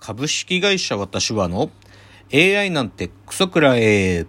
株式会社私はの AI なんてクソくらえ。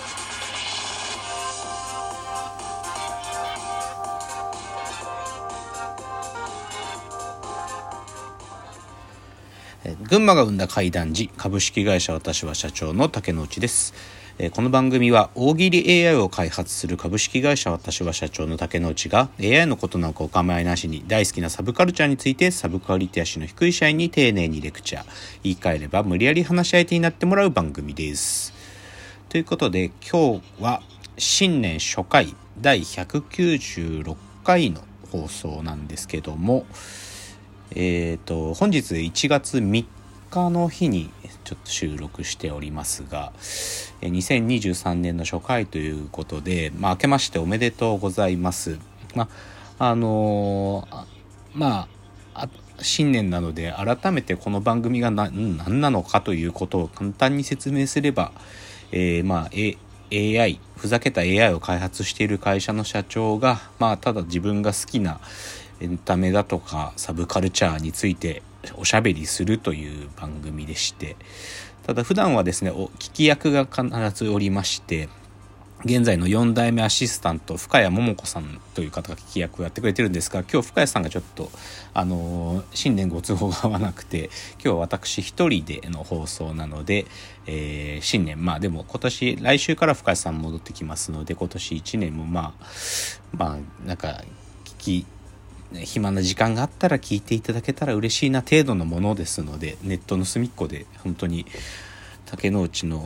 群馬が生んだ怪談時、株式会社私は社長の竹之内です。この番組は大喜利 AI を開発する株式会社私は社長の竹之内が AI のことなんかお構いなしに大好きなサブカルチャーについてサブクオリティ足の低い社員に丁寧にレクチャー、言い換えれば無理やり話し相手になってもらう番組です。ということで今日は新年初回第196回の放送なんですけども、本日1月3日の日にちょっと収録しておりますが、2023年の初回ということで、明けましておめでとうございます。新年なので改めてこの番組が何なのかということを簡単に説明すれば、AI ふざけた AI を開発している会社の社長が、ただ自分が好きなエンタメだとかサブカルチャーについておしゃべりするという番組でして、ただ普段はですね聞き役が必ずおりまして、現在の4代目アシスタント深谷桃子さんという方が聞き役をやってくれてるんですが、今日深谷さんがちょっと新年ご都合が合わなくて、今日は私一人での放送なので、新年でも来週から深谷さん戻ってきますので、今年1年もなんか暇な時間があったら聞いていただけたら嬉しいな程度のものですので、ネットの隅っこで本当に竹之内の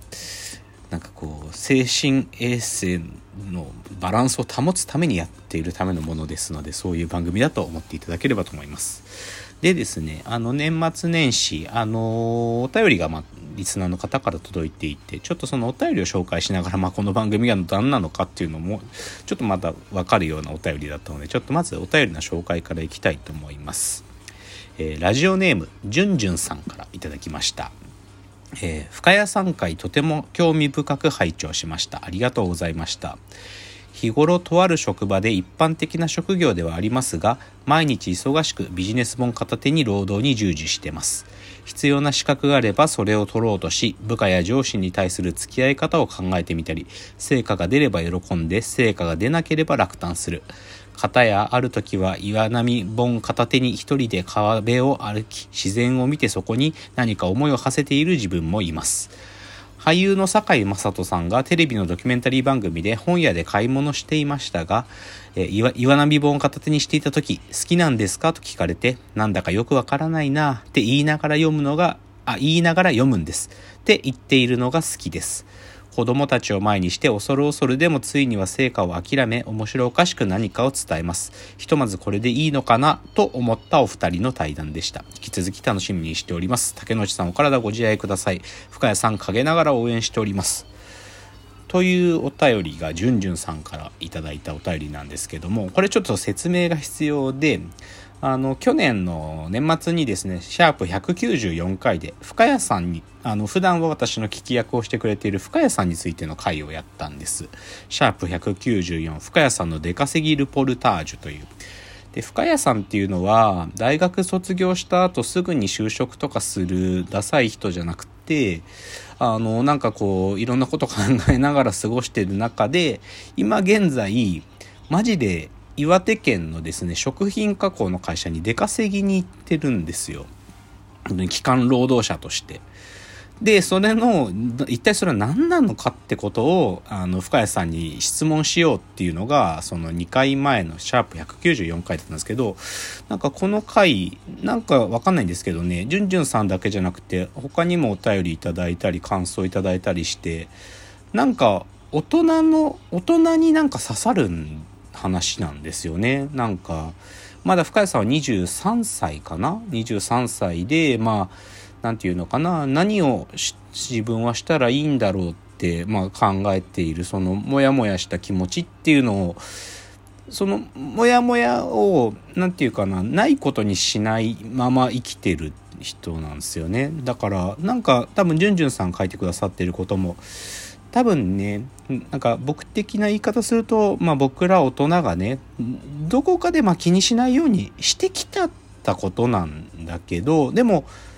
精神衛生のバランスを保つためにやっているためのものですので、そういう番組だと思っていただければと思います。でですね、年末年始お便りがリスナーの方から届いていて、ちょっとそのお便りを紹介しながらこの番組が何なのかっていうのもちょっとまた分かるようなお便りだったので、ちょっとまずお便りの紹介からいきたいと思います。ラジオネームじゅんじゅんさんからいただきました。深谷さん会とても興味深く拝聴しました。ありがとうございました。日頃とある職場で一般的な職業ではありますが、毎日忙しくビジネス本片手に労働に従事しています。必要な資格があればそれを取ろうとし、部下や上司に対する付き合い方を考えてみたり、成果が出れば喜んで、成果が出なければ落胆する。片やある時は岩波本片手に一人で川辺を歩き、自然を見てそこに何か思いを馳せている自分もいます。俳優の堺雅人さんがテレビのドキュメンタリー番組で本屋で買い物していましたが、岩波本を片手にしていた時、好きなんですかと聞かれて、なんだかよくわからないなって言いながら読むんですって言っているのが好きです。子供たちを前にして恐る恐るでもついには成果を諦め、面白おかしく何かを伝えます。ひとまずこれでいいのかなと思ったお二人の対談でした。引き続き楽しみにしております。竹之内さんお体ご自愛ください。深谷さん陰ながら応援しております。というお便りがじゅんじゅんさんからいただいたお便りなんですけども、これちょっと説明が必要で、去年の年末にですね、シャープ194回で深谷さんに普段は私の聞き役をしてくれている深谷さんについての回をやったんです。シャープ194深谷さんの出稼ぎルポルタージュという。で、深谷さんっていうのは大学卒業した後すぐに就職とかするダサい人じゃなくて、いろんなこと考えながら過ごしている中で、今現在マジで岩手県のですね食品加工の会社に出稼ぎに行ってるんですよ。基幹労働者として。で、一体それは何なのかってことを深谷さんに質問しようっていうのがその2回前のシャープ194回だったんですけど、この回わかんないんですけどね、じゅんじゅんさんだけじゃなくて他にもお便りいただいたり感想いただいたりして、大人に刺さる話なんですよね。まだ深谷さんは23歳かな23歳で、何を自分はしたらいいんだろうって、考えているそのモヤモヤした気持ちっていうのを、そのモヤモヤをないことにしないまま生きてる人なんですよね。だから多分じゅんじゅんさん書いてくださってることも多分ね、僕的な言い方すると、僕ら大人がね、どこかで気にしないようにしてきたことなんだけど、でも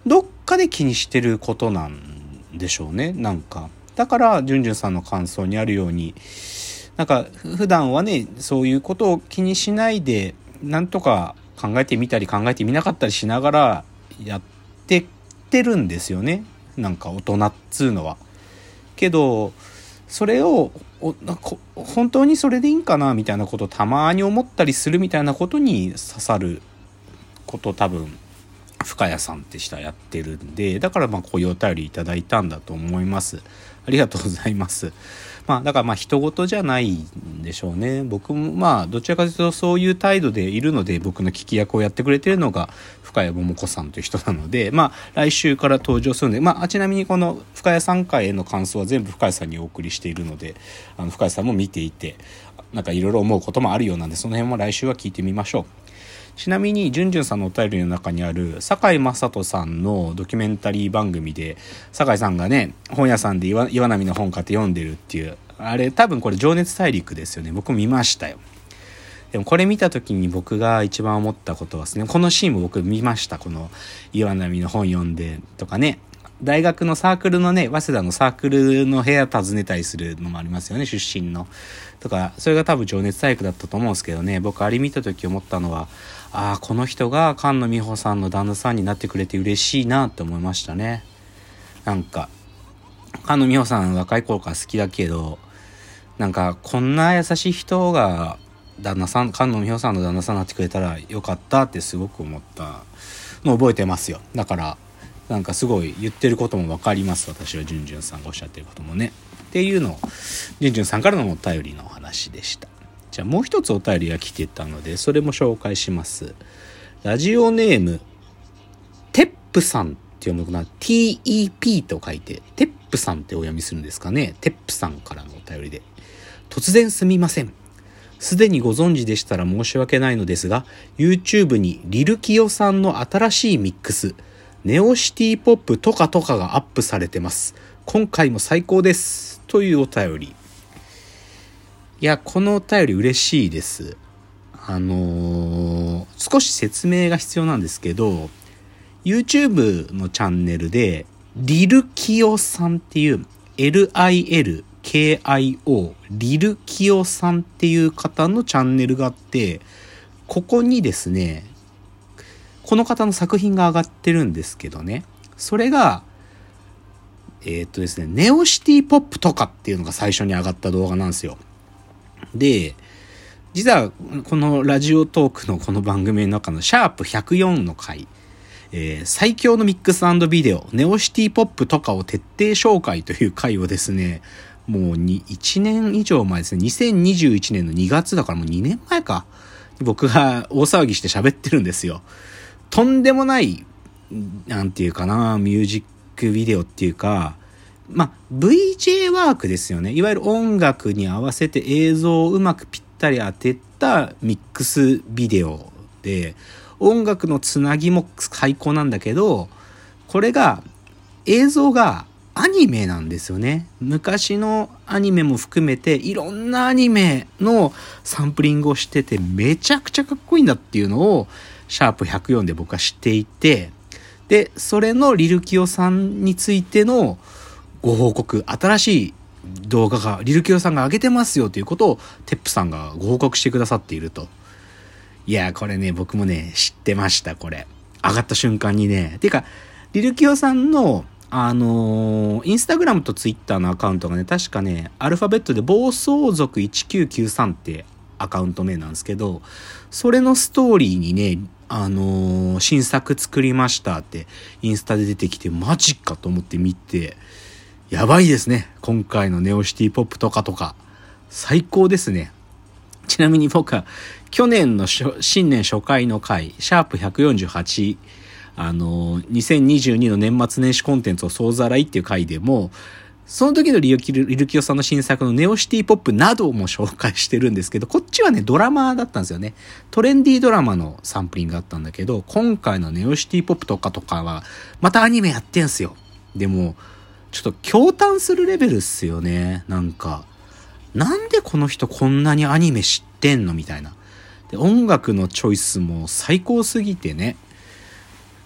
どっかで気にしてることなんでしょうね。なんかだからじゅんじゅんさんの感想にあるように、なんか普段はねそういうことを気にしないでなんとか考えてみたり考えてみなかったりしながらやってってるんですよね。なんか大人っつうのは。けどそれを本当にそれでいいんかなみたいなことをたまに思ったりするみたいなことに刺さること多分深谷さんって人はやってるんで、だからこういうお便りいただいたんだと思います。ありがとうございます。だから人事じゃないんでしょうね。僕もどちらかというとそういう態度でいるので、僕の聞き役をやってくれてるのが深谷桃子さんという人なので、来週から登場するので、ちなみにこの深谷さん回への感想は全部深谷さんにお送りしているので、深谷さんも見ていてなんかいろいろ思うこともあるようなんで、その辺も来週は聞いてみましょう。ちなみにじゅんじゅんさんのお便りの中にある堺雅人さんのドキュメンタリー番組で、堺さんがね本屋さんで岩波の本買って読んでるっていう、あれ多分これ情熱大陸ですよね。僕見ましたよ。でもこれ見た時に僕が一番思ったことはですね、このシーンも僕見ました。この岩波の本読んでとかね、大学のサークルのね、早稲田のサークルの部屋訪ねたりするのもありますよね、出身のとか。それが多分情熱大陸だったと思うんですけどね、僕あれ見た時思ったのは、この人が菅野美穂さんの旦那さんになってくれて嬉しいなって思いましたね。なんか菅野美穂さん若い頃から好きだけど、なんかこんな優しい人が菅野美穂さんの旦那さんになってくれたらよかったってすごく思ったのを覚えてますよ。だからなんかすごい言ってることも分かります。私はじゅんじゅんさんがおっしゃってることもねっていうのを、じゅんじゅんさんからのお便りのお話でした。じゃあもう一つお便りが来てたので、それも紹介します。ラジオネームテップさんって読むのかな、 TEP と書いてテップさんってお読みするんですかね。テップさんからのお便りで、突然すみません。すでにご存知でしたら申し訳ないのですが、 YouTube にリルキヨさんの新しいミックスネオシティポップとかがアップされてます。今回も最高ですというお便り。いや、このお便り嬉しいです。少し説明が必要なんですけど、 YouTube のチャンネルでリルキヨさんっていう LILKIO リルキヨさんっていう方のチャンネルがあって、ここにですねこの方の作品が上がってるんですけどね、それがですね、ネオシティポップとかっていうのが最初に上がった動画なんですよ。で、実はこのラジオトークのこの番組の中のシャープ104の回、最強のミックス&ビデオネオシティポップとかを徹底紹介という回をですね、もう1年以上前ですね、2021年の2月だからもう2年前か、僕が大騒ぎして喋ってるんですよ。とんでもないなんていうかな、ミュージックビデオっていうか、VJ ワークですよね。いわゆる音楽に合わせて映像をうまくぴったり当てたミックスビデオで、音楽のつなぎも最高なんだけど、これが映像がアニメなんですよね。昔のアニメも含めていろんなアニメのサンプリングをしてて、めちゃくちゃかっこいいんだっていうのをシャープ104で僕は知っていて、でそれのリルキヨさんについてのご報告、新しい動画がリルキヨさんが上げてますよということをテップさんがご報告してくださっていると。いやこれね、僕もね知ってました。これ上がった瞬間にね、ていうかリルキヨさんのインスタグラムとツイッターのアカウントがね、確かねアルファベットで暴走族1993ってアカウント名なんですけど、それのストーリーにね新作作りましたってインスタで出てきて、マジかと思って見て、やばいですね。今回のネオシティポップとか最高ですね。ちなみに僕は去年の新年初回の回シャープ148、2022の年末年始コンテンツを総ざらいっていう回でも、その時のリルキヨさんの新作のネオシティポップなども紹介してるんですけど、こっちはねドラマだったんですよね。トレンディードラマのサンプリングがあったんだけど、今回のネオシティポップとかはまたアニメやってんすよ。でもちょっと驚嘆するレベルっすよね。なんでこの人こんなにアニメ知ってんのみたいな。で音楽のチョイスも最高すぎてね、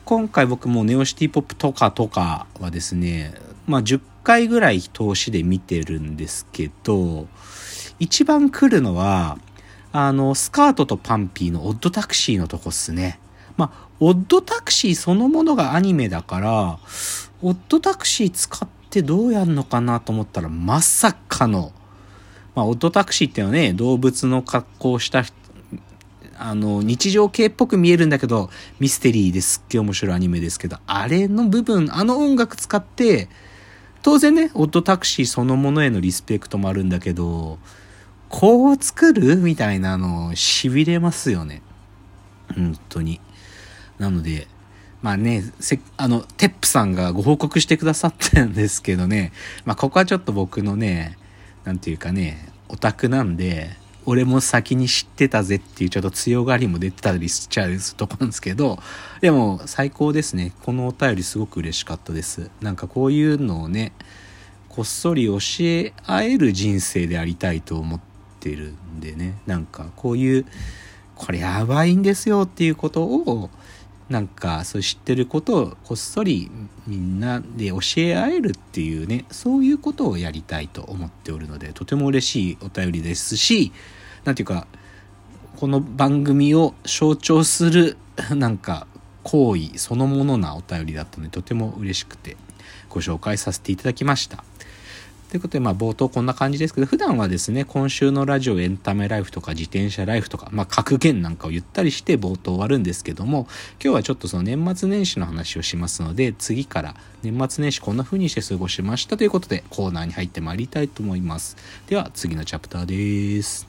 今回僕もネオシティポップとかはですね、10回ぐらい通しで見てるんですけど、一番来るのはスカートとパンピーのオッドタクシーのとこっすね。オッドタクシーそのものがアニメだから、オッドタクシー使ってどうやんのかなと思ったら、まさかの、オッドタクシーっていうのはね、動物の格好をした日常系っぽく見えるんだけど、ミステリーですっげえ面白いアニメですけど、あれの部分、音楽使って、当然ね、オッドタクシーそのものへのリスペクトもあるんだけど、こう作るみたいなの、痺れますよね。本当に。なので、テップさんがご報告してくださったんですけどね、ここはちょっと僕のね、なんていうかね、オタクなんで、俺も先に知ってたぜっていうちょっと強がりも出てたりしちゃうとこなんですけど、でも最高ですね。このお便りすごく嬉しかったです。なんかこういうのをね、こっそり教え合える人生でありたいと思ってるんでね、なんかこういう、これやばいんですよっていうことを、なんかそう知ってることをこっそりみんなで教え合えるっていうね、そういうことをやりたいと思っておるので、とても嬉しいお便りですし、なんていうかこの番組を象徴するなんか行為そのものなお便りだったので、とても嬉しくてご紹介させていただきました。ということで、冒頭こんな感じですけど、普段はですね、今週のラジオエンタメライフとか自転車ライフとか、格言なんかを言ったりして冒頭終わるんですけども、今日はちょっとその年末年始の話をしますので、次から年末年始こんな風にして過ごしましたということでコーナーに入ってまいりたいと思います。では次のチャプターです。